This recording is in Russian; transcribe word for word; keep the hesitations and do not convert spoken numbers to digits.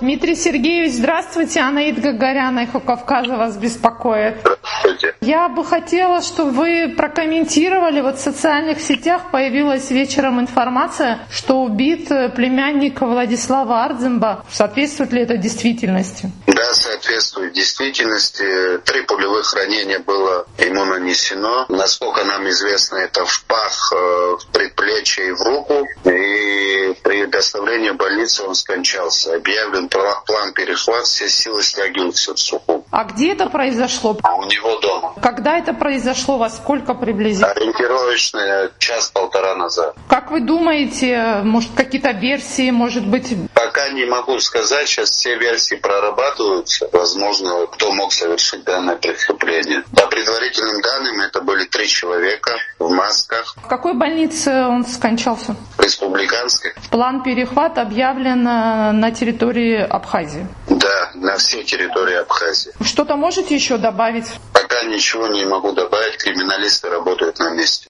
Дмитрий Сергеевич, здравствуйте. Анаит Гагаряна, «Эхо Кавказа» вас беспокоит. Здравствуйте. Я бы хотела, чтобы вы прокомментировали. Вот в социальных сетях появилась вечером информация, что убит племянник Владислава Ардземба. Соответствует ли это действительности? Да, соответствует действительности. Три пулевых ранения было ему нанесено. Насколько нам известно, это в пах, в предплечье и в руку. И при доставлении в больницу он скончался. Объявлен план перехват, все силы стягиваются в Сухум. А где это произошло? А у него дома. Когда это произошло? Во сколько приблизительно? Ориентировочно час-полтора назад. Как вы думаете, может, какие-то версии, может быть? Пока не могу сказать, сейчас все версии прорабатываются. Возможно, кто мог совершить данное преступление. По предварительным данным, это были три человека в масках. В какой больнице он скончался? Республиканской. План перехват объявлен на территории Абхазии. Да, на всей территории Абхазии. Что-то можете еще добавить? Пока ничего не могу добавить, криминалисты работают на месте.